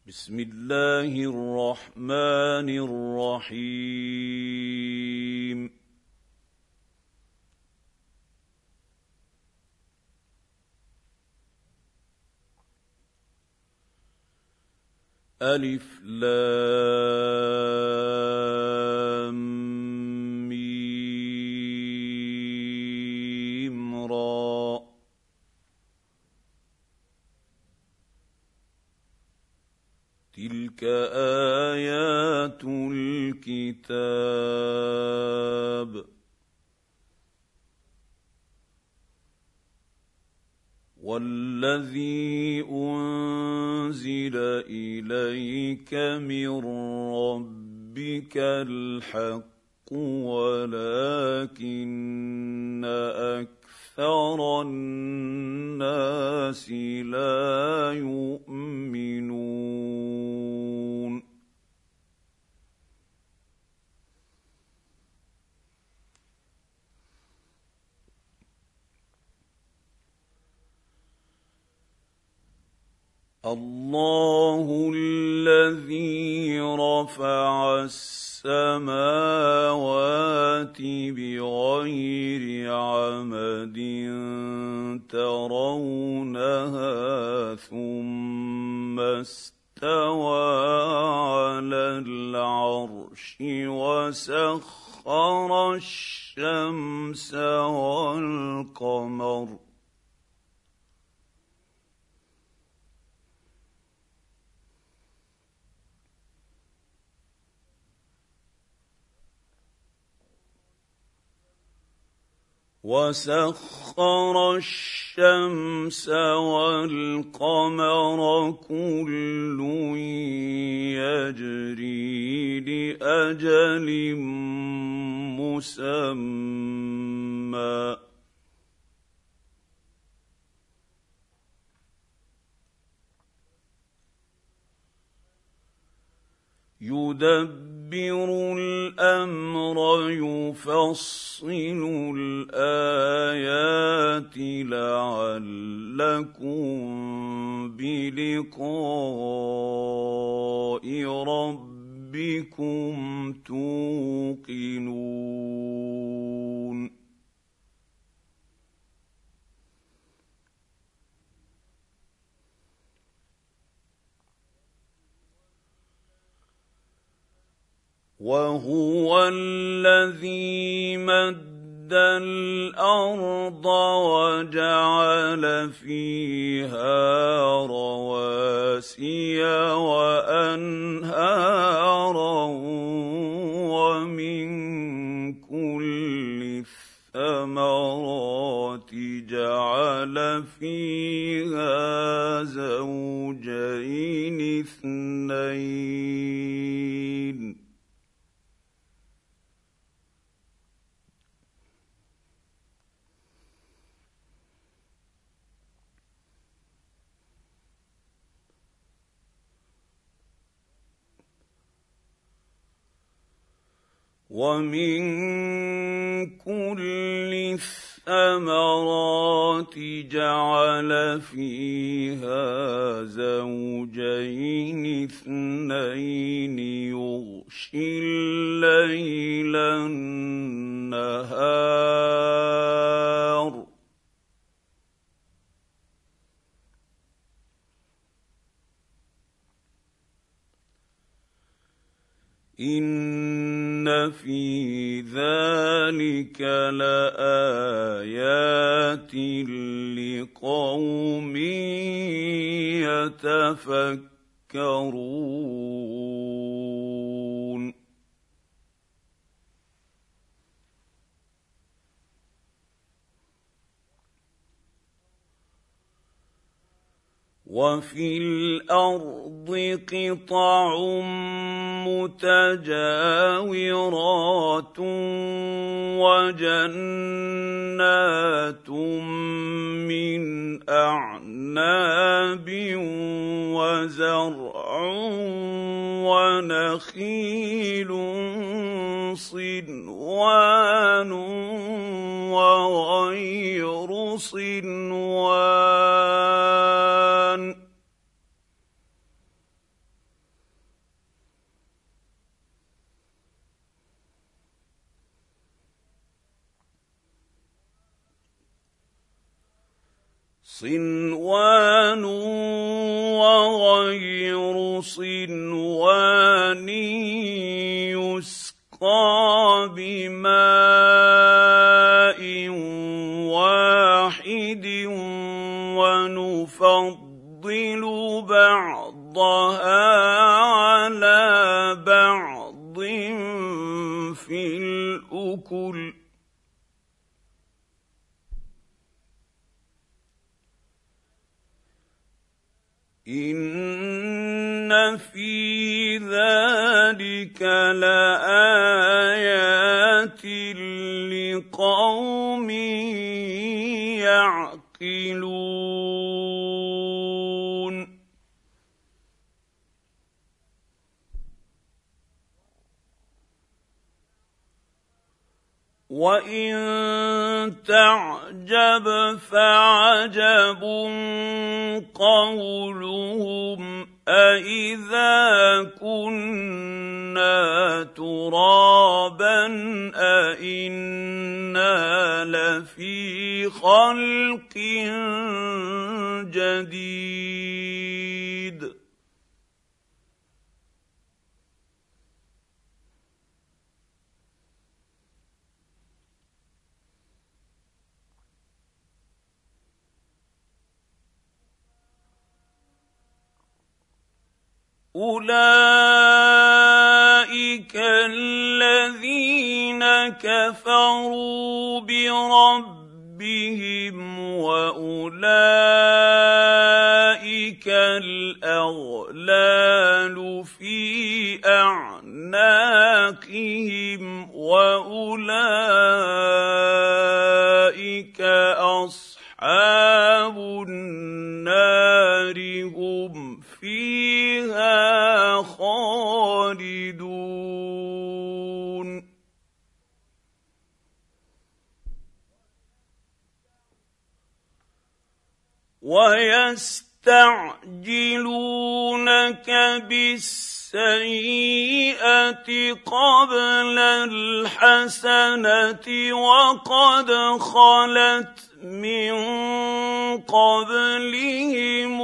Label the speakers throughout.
Speaker 1: بسم الله الرحمن الرحيم. ألف لام ميم را. تلك آيات الكتاب. والذي أنزل إليك من ربك الحق ولكن أكثر الناس لا يؤمنون. الله الذي رفع السماوات بغير عمد ترونها ثم استوى على العرش وسخر الشمس والقمر كل يجري لأجل مسمى يدبر الأمر يفصل الآيات لعلكم بلقاء ربكم توقنون. وهو الذي مد الأرض وجعل فيها رواسي وأنهارا ومن كل الثمرات جعل فيها زوجين اثنين ومن كل الثمرات جعل فيها زوجين اثنين يغشي الليل النهار إن في ذلك لآيات لقوم يتفكرون. وفي الأرض قطع متجاورات وجنات من أعناب وزرع ونخيل صنوان وغير صنوان صِنْوَانٌ وَغَيْرُ صِنْوَانٍ يُسْقَىٰ بِمَاءٍ وَاحِدٍ وَنُفَضِّلُ بَعْضَهَا عَلَىٰ بَعْضٍ فِي الْأُكُلِ ۚ إِنَّ فِي ذَٰلِكَ لَآيَاتٍ لِّقَوْمٍ يَعْقِلُونَ وَإِن تَعْجَبْ فَعَجَبٌ قَوْلُهُمْ أَإِذَا كُنَّا تُرَابًا أَإِنَّا لَفِي خَلْقٍ جَدِيدٍ أُولَٰئِكَ الَّذِينَ كَفَرُوا بِرَبِّهِمْ وَأُولَٰئِكَ الْأَغْلَالُ فِي أَعْنَاقِهِمْ وَأُولَٰئِكَ أَصْحَابُ النَّارِ هُمْ فِيهَا خَالِدُونَ وَيَسْتَعْجِلُونَكَ بِالسَّيِّئَةِ قَبْلَ الْحَسَنَةِ وَقَدْ خَلَتْ مِن قَبْلِهِمُ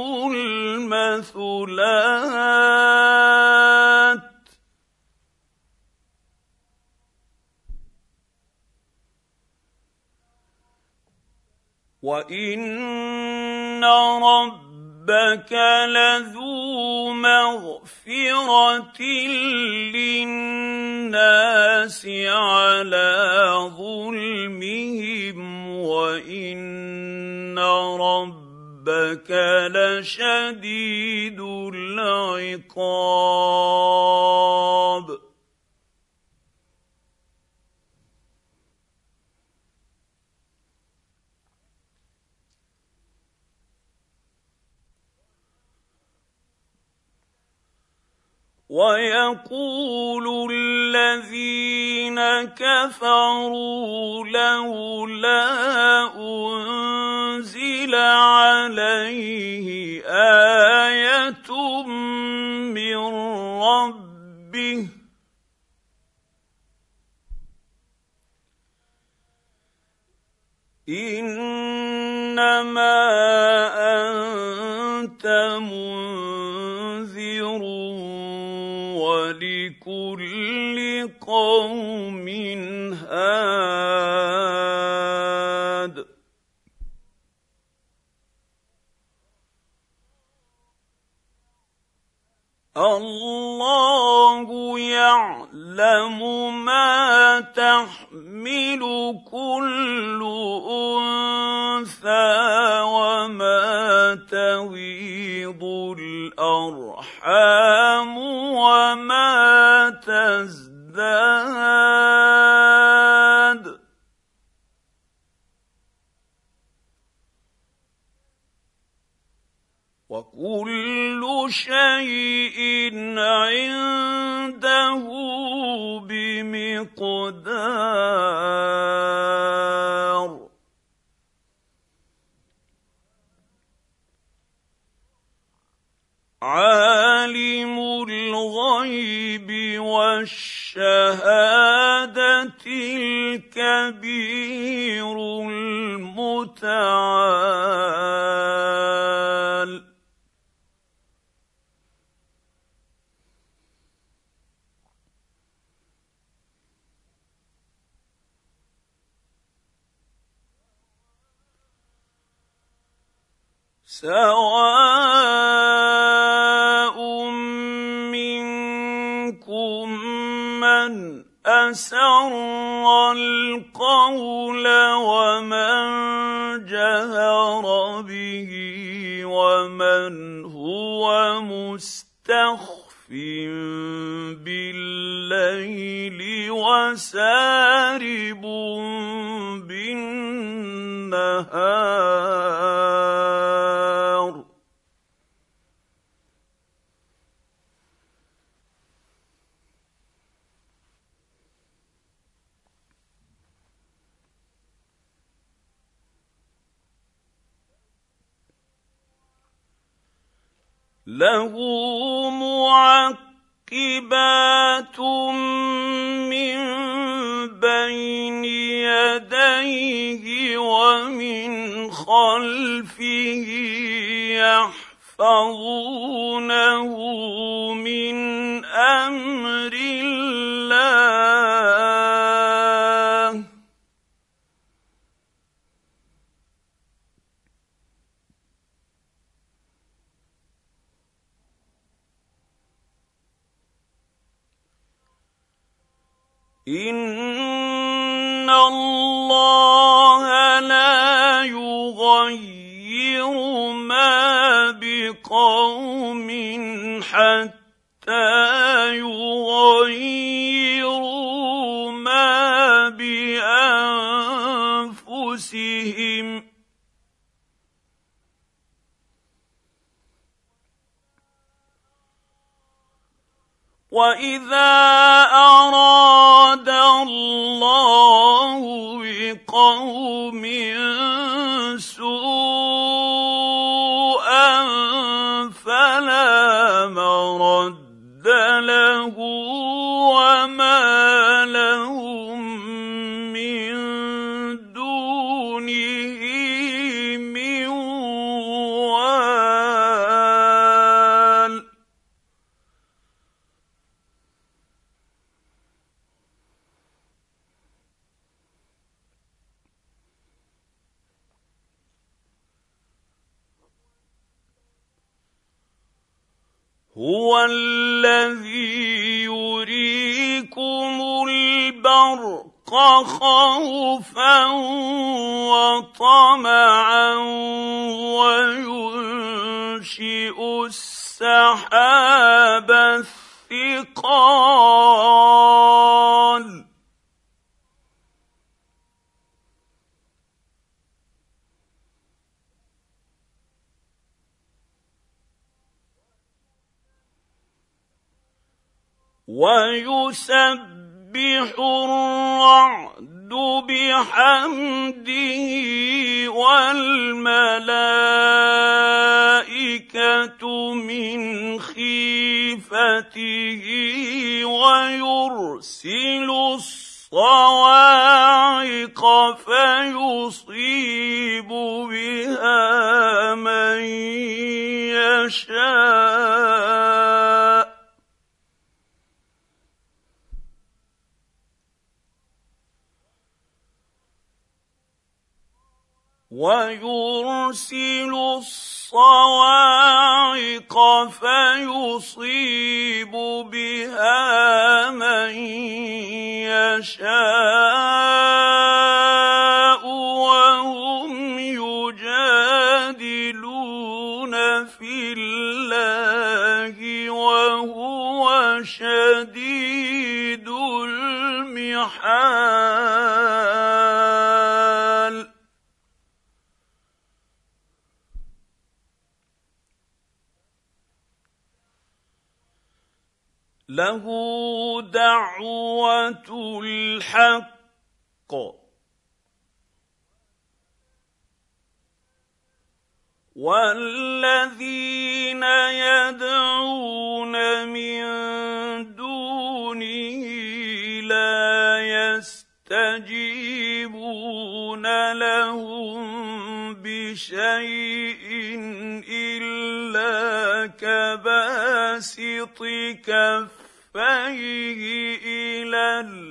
Speaker 1: الْمَثُلَاتُ ۗ وَإِنَّ رَبَّكَ لَذُو مَغْفِرَةٍ لِّلنَّاسِ عَلَىٰ ظُلْمِهِمْ وَإِنَّ رَبَّكَ لَشَدِيدُ الْعِقَابِ وَيَقُولُ الَّذِينَ كَفَرُوا لَوْلَا أُنزِلَ عَلَيْهِ آيَةٌ مِّن رَّبِّهِ ۗ إِنَّمَا أَنتَ مُنذِرٌ وَلِكُلِّ قَوْمٍ هَادٍ اللَّهُ يَعْلَمُ مَا تَحْمِلُ كُلُّ أُنثَىٰ وَمَا تَغِيضُ الْأَرْحَامُ وَمَا تَزْدَادُ ۖ وَكُلُّ شَيْءٍ عِندَهُ بِمِقْدَارٍ عَالِمُ الْغَيْبِ والشهاده الكبير المتعال. سواء منكم من أسر القول ومن جهر به ومن هو مستخف بالليل وسارب بالنهار. له معقبات من بين يديه ومن خلفه يحفظونه من أمر الله. إن الله لا يغير ما بقوم حتى يغيروا ما بأنفسهم. وإذا أراد الله بقوم سوءا فلا مرد له وما لهم من دونه من وال. هو الذي يريكم البرق خوفا وطمعا وينشئ السحاب الثقال. ويسبح الرعد بحمده والملائكة من خيفته ويرسل الصواعق فيصيب بها من يشاء. ويرسل الصواعق فيصيب بها من يشاء وهم يجادلون في الله وهو شديد المحال. له دعوة الحق والذين يدعون من دونه كباسط كفيه إلى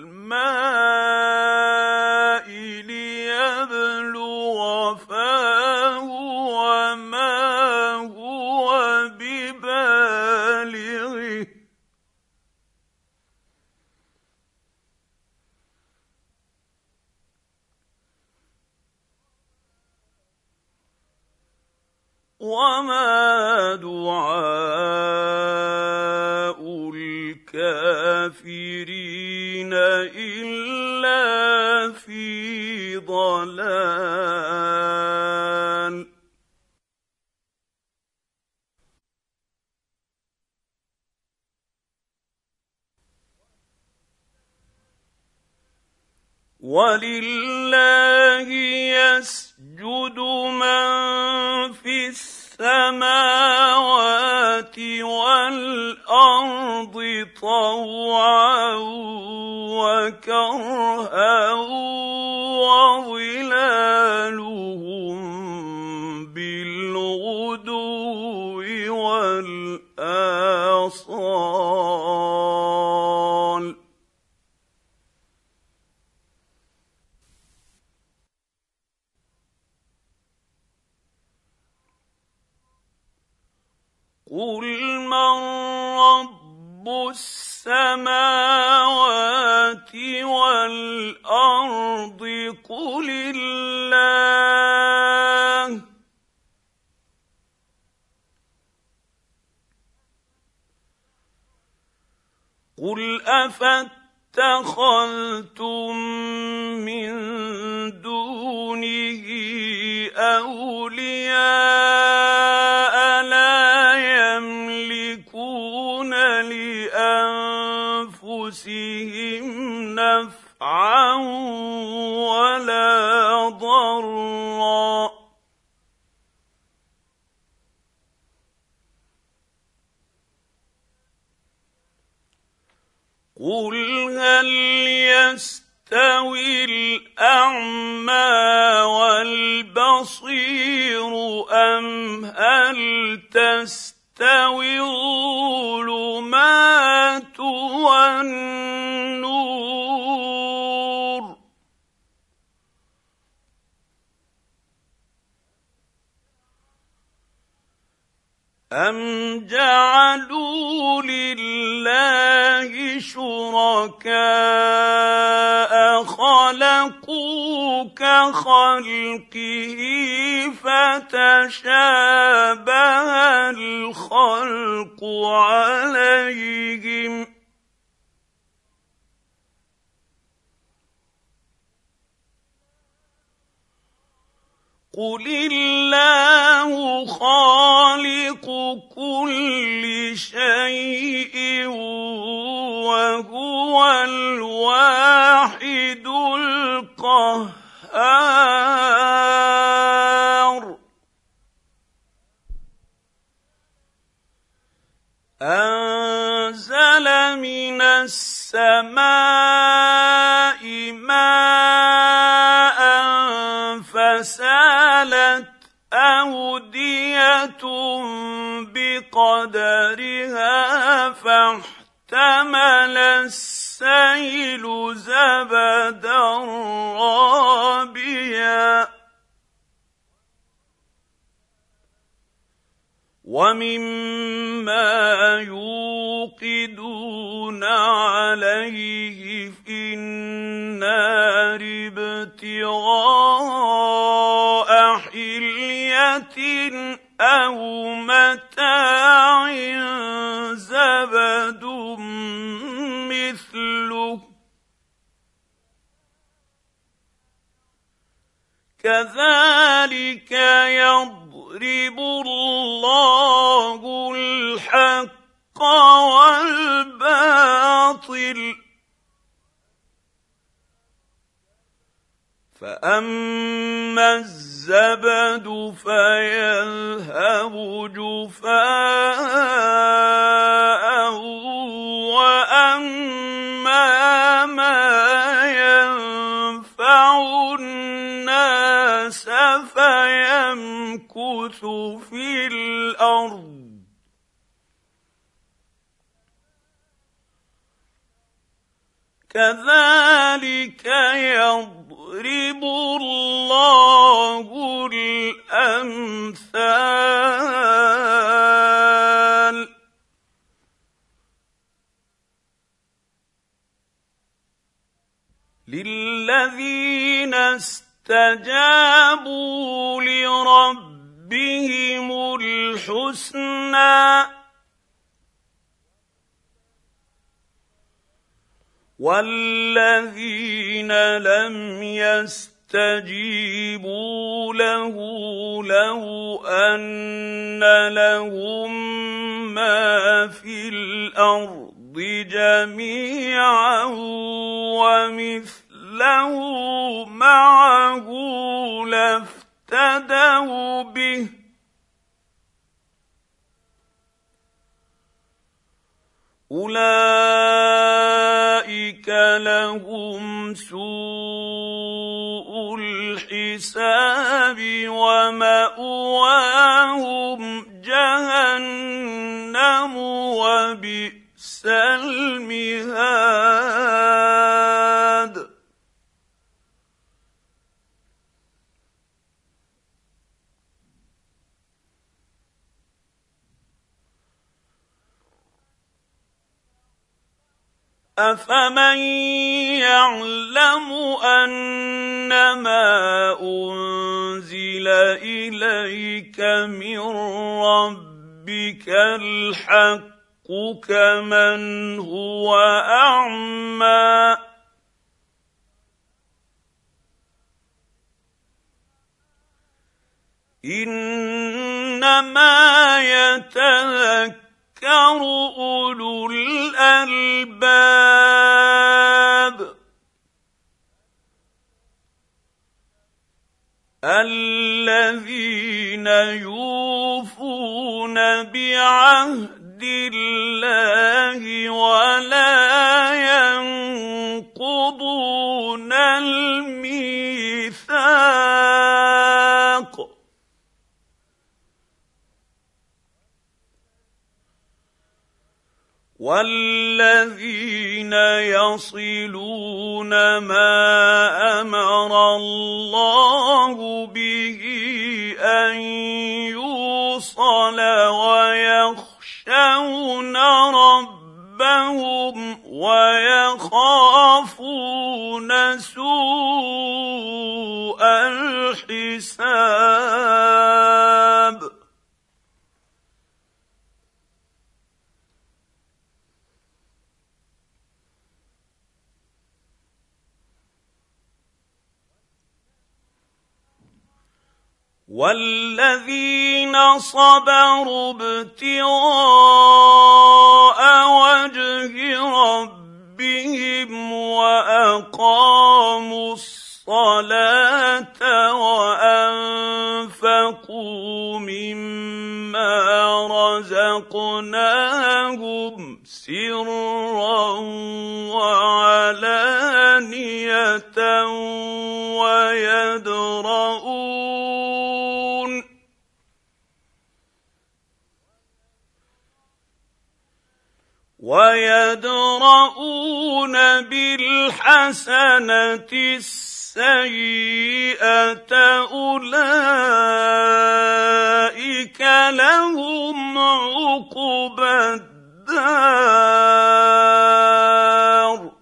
Speaker 1: الماء ليبلغ فاه وما هو ببالغه وما دعاء الكافرين إلا في ضلال. ولله يسجد من في السماوات والأرض طوعا وكرها وظلالهم بالغدو والآصال. قل من رب السماوات والأرض قل الله قل أفاتخذتم من دونه أولياء لا يملكون لأنفسهم نفعا ولا ضرا قل هل يستوي الأعمى والبصير أم هل تستوي الظلمات والنور أم جعلوا لله شركاء خلقوا كخلقه فتشابه الخلق عليهم قل الله خالق كل شيء وهو الواحد القهار أنزل من السماء ماء فسالت أودية بقدرها فاحتمل السيل زبدا رابيا ومما يوقدون عليه في النار ابتغاء حلية أو متاع زبد مثله كذلك يضرب الله الحق والباطل فأما الزبد فيذهب جفاء وأما ما ينفع الناس فيمكث في الأرض كذلك يضرب الله الأمثال للذين استجابوا لربهم الحسنى والذين لم يستجيبوا له لو أن لهم ما في الأرض جميعا ومثله معه لافتدوا به أولئك لهم سوء الحساب ومأواهم جهنم وبئس المهاد أفمن يعلم أنما أنزل إليك من ربك الحق كمن هو أعمى إنما يتذكر أولو الألباب الذين يوفون بعهد الله ولا ينقضون الميثاق والذين يصلون ما أمر الله به أن يوصل ويخشون ربهم ويخافون سوء الحساب والذين صبروا ابتغاء وجه ربهم وأقاموا الصلاة وأنفقوا مما رزقناهم سرا وعلانية ويدرؤون بالحسنة السيئة أولئك لهم عقبى الدار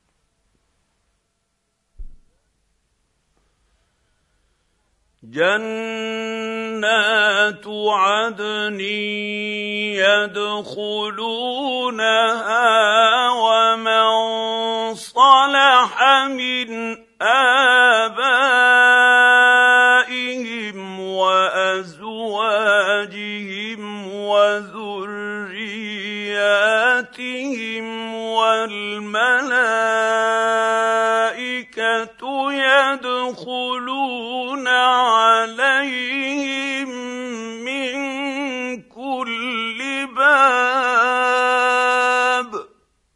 Speaker 1: جنات عدن يدخلونها ومن صلح من آبائهم وأزواجهم وذرياتهم والملائكة يدخلون عليهم من كل باب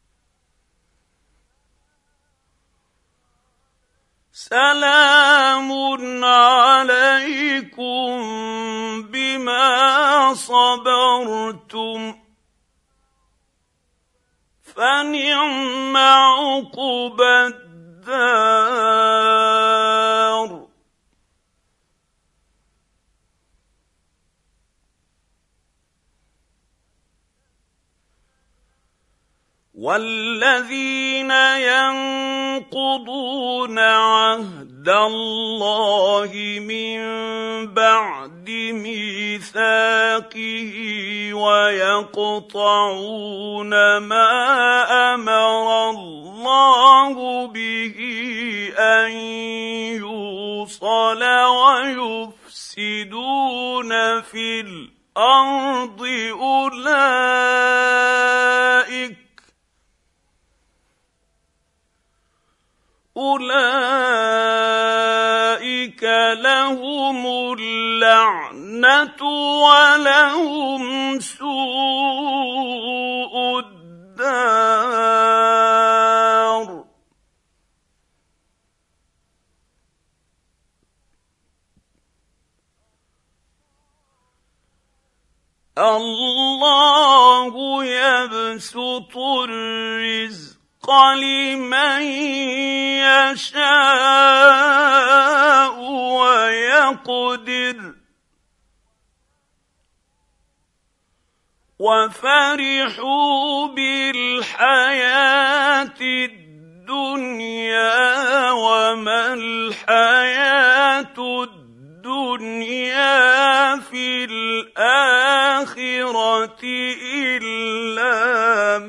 Speaker 1: سلام عليكم بما صبرتم فنعم عقبى الدار. والذين ينقضون عهد الله من بعد ميثاقه ويقطعون ما أمر الله به أن يوصل ويفسدون في الأرض أولئك لهم اللعنة ولهم سوء الدار. الله يبسط الرزق لمن يشاء ويقدر وفرحوا بالحياة الدنيا وما الحياة الدنيا في الآخرة إلا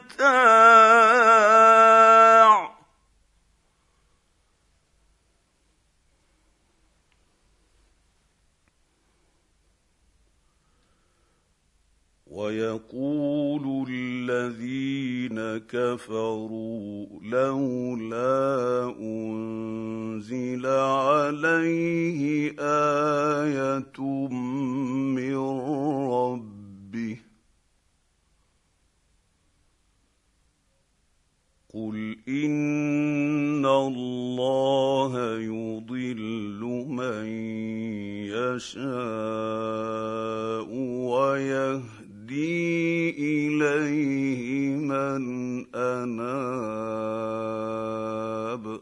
Speaker 1: متاع. ويقول الذين كفروا لولا أنزل عليه آية من ربه قل إن الله يضل من يشاء ويهدي إليه من أناب.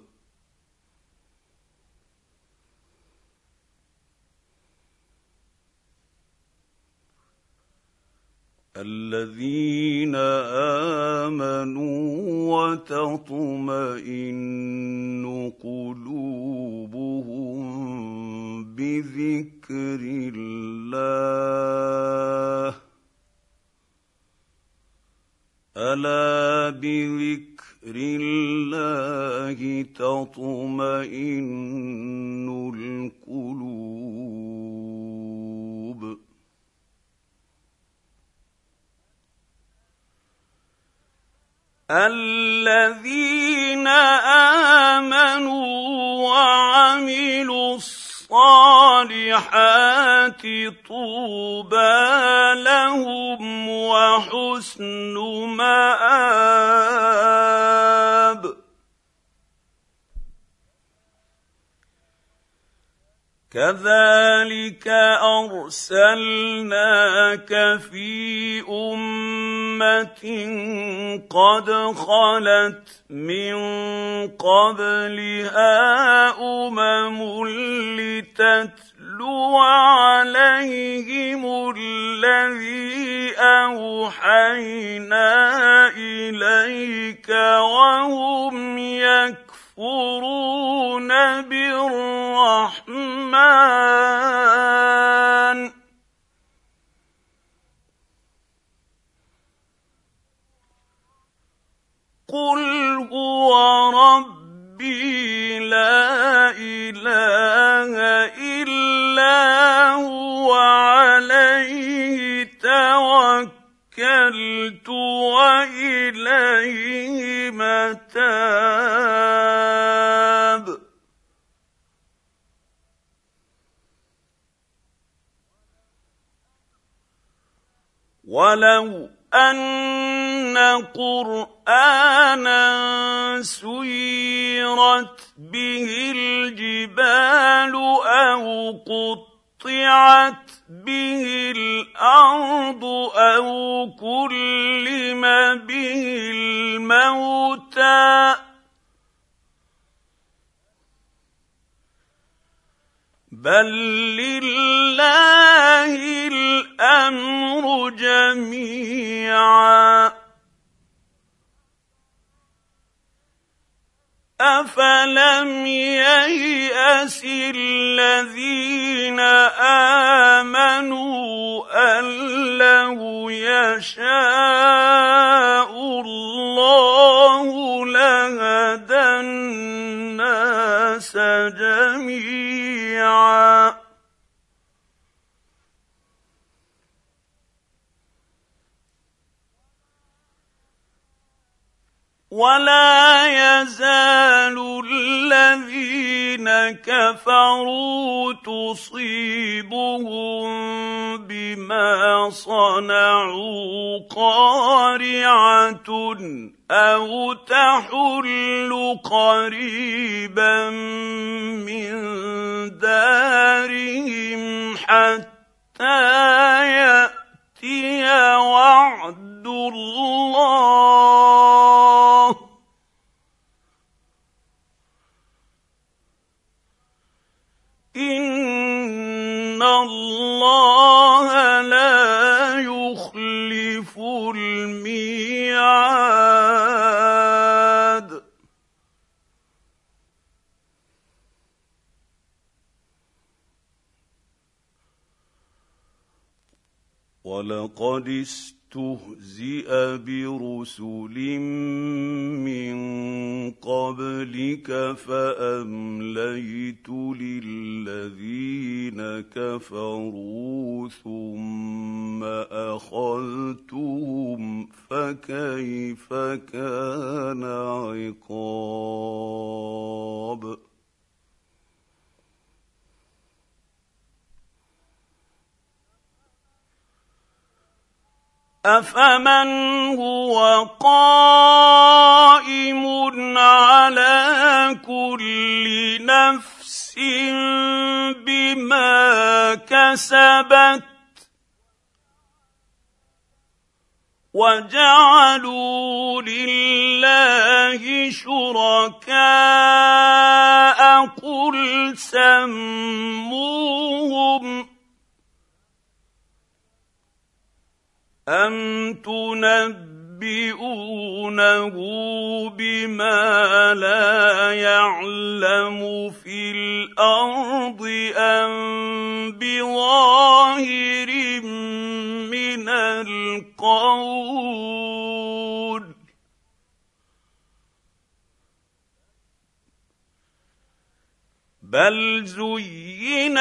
Speaker 1: الذين آمنوا وتطمئن قلوبهم بذكر الله ألا بذكر الله تطمئن القلوب. الذين آمنوا وعملوا الصالحات طوبى لهم وحسن مآب. كذلك أرسلناك في أمة قد خلت من قبلها لتتلو عليهم الذي أوحينا إليك وهم يكفرون بالرحمن قل هو ربي لا إله إلا هو عليه توكلت وإليه متاب. ولو أن قرآنا سيرت به الجبال أو قطعت به الأرض أو كلم به الموتى بل لله الأمر جميعا أفلم ييأس الذين آمنوا أن لو يشاء الله لهدى الناس جميعا ولا يزال الذين كفروا تصيبهم بما صنعوا قارعة أو تحل قريبا من دارهم حتى يأتي وعد الله إن الله لا يخلف الميعاد ولقد استهزئ برسل من قبلك فأمليت للذين كفروا ثم أخذتهم فكيف كان عقاب أفمن هو قائم على كل نفس بما كسبت وجعلوا لله شركاء قل سموهم أم تنبئونه بما لا يعلم في الأرض أم بظاهر من القول بل زين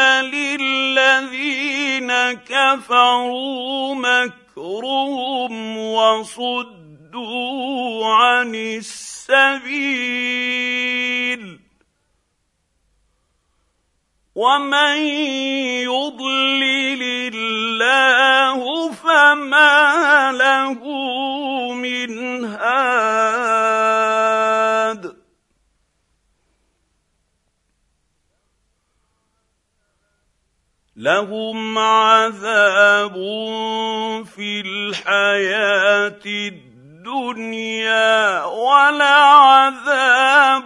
Speaker 1: للذين كفروا مكرهم وصدوا عن السبيل ومن يضلل الله فما له من هاد لهم عذاب في الحياة الدنيا ولعذاب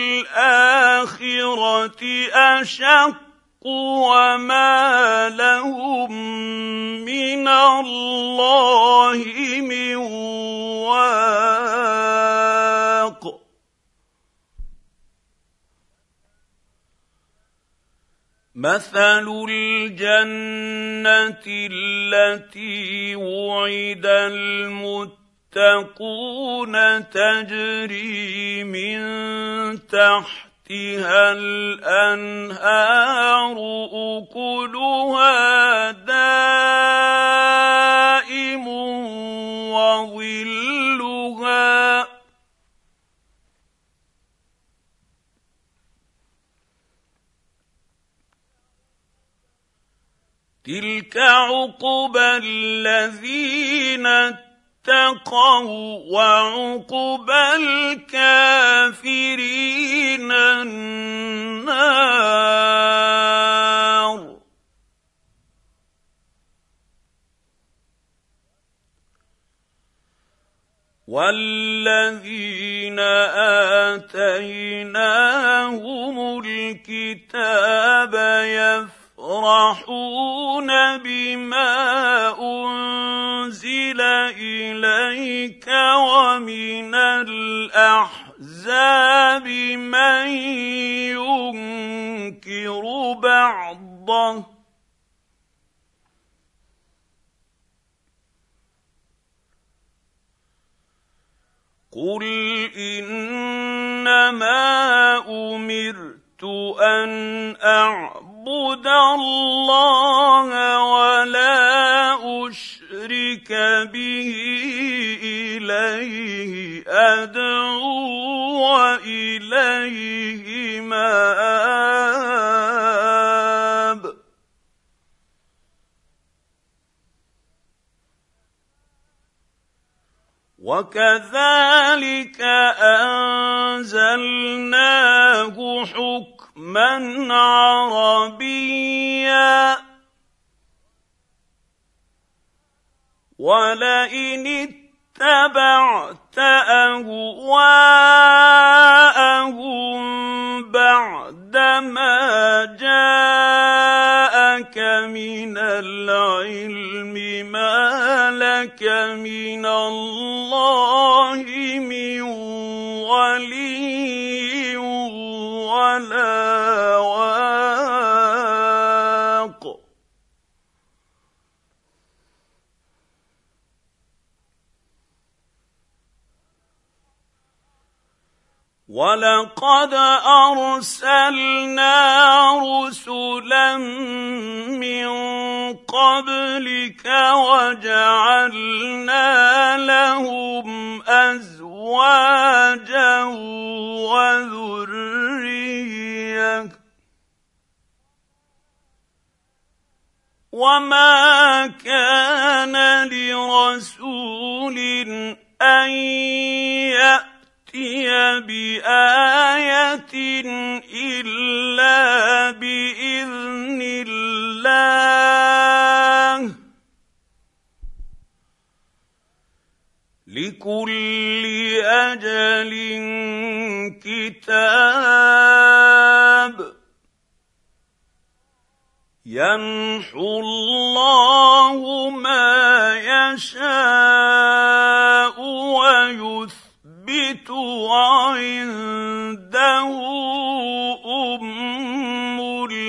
Speaker 1: الآخرة أشق وما لهم من الله من واق مثل الجنة التي وعد المتقون تجري من تحتها الأنهار أكلها دائم وظلها تلك عقبى الذين اتقوا وعقبى الكافرين النار والذين آتيناهم الكتاب يفرحون بما أنزل إليك ومن الأحزاب من ينكر بعضه قل إنما أمرت أن أعبد الله ولا أشرك به إليه أدعو وإليه مآب وكذلك أنزلناه حكما عربيا ولئن اتبعت أهواءهم بعدما جاءك من العلم ما لك من الله من ولي ولا واق ولقد أرسلنا رسلا من قبلك وجعلنا لهم أزواجا وذرية وما كان لرسول أن يأتي بآية إلا بإذن الله لكل أجل كتاب يمحو الله ما يشاء ويثبت وعنده أم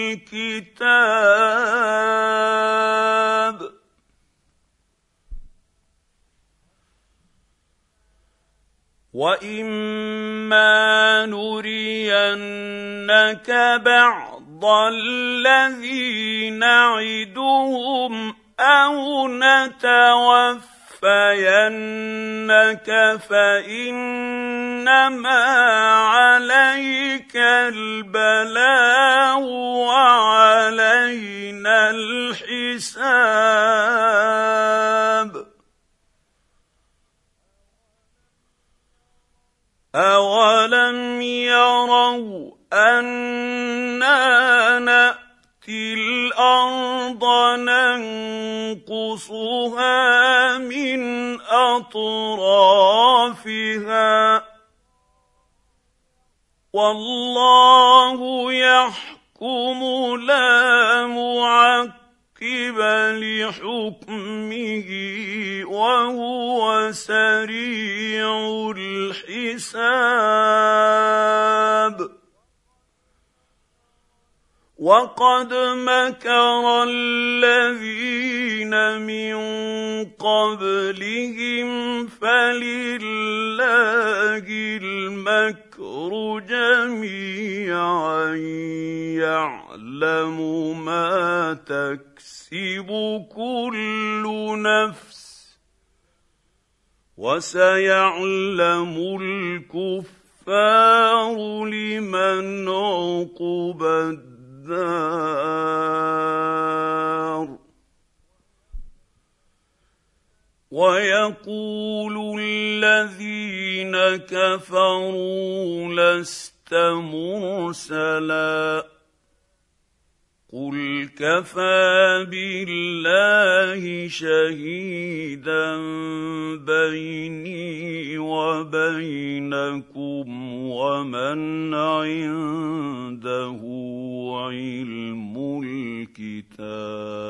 Speaker 1: الكتاب وإما نرينك بعض الذي نعدهم أو نتوفينك فإنما عليك البلاغ وعلينا الحساب أولم يروا أنا نأتي الأرض ننقصها من أطرافها والله يحكم لا معقب لحكمه وهو سريع الحساب وقد مكر الذين من قبلهم فلله المكر جميعا يعلم ما تكسب كل نفس وسيعلم الكفار لمن عقبى الدار ويقول الذين كفروا لست مرسلا قل كفى بالله شهيدا بيني علم الكتاب.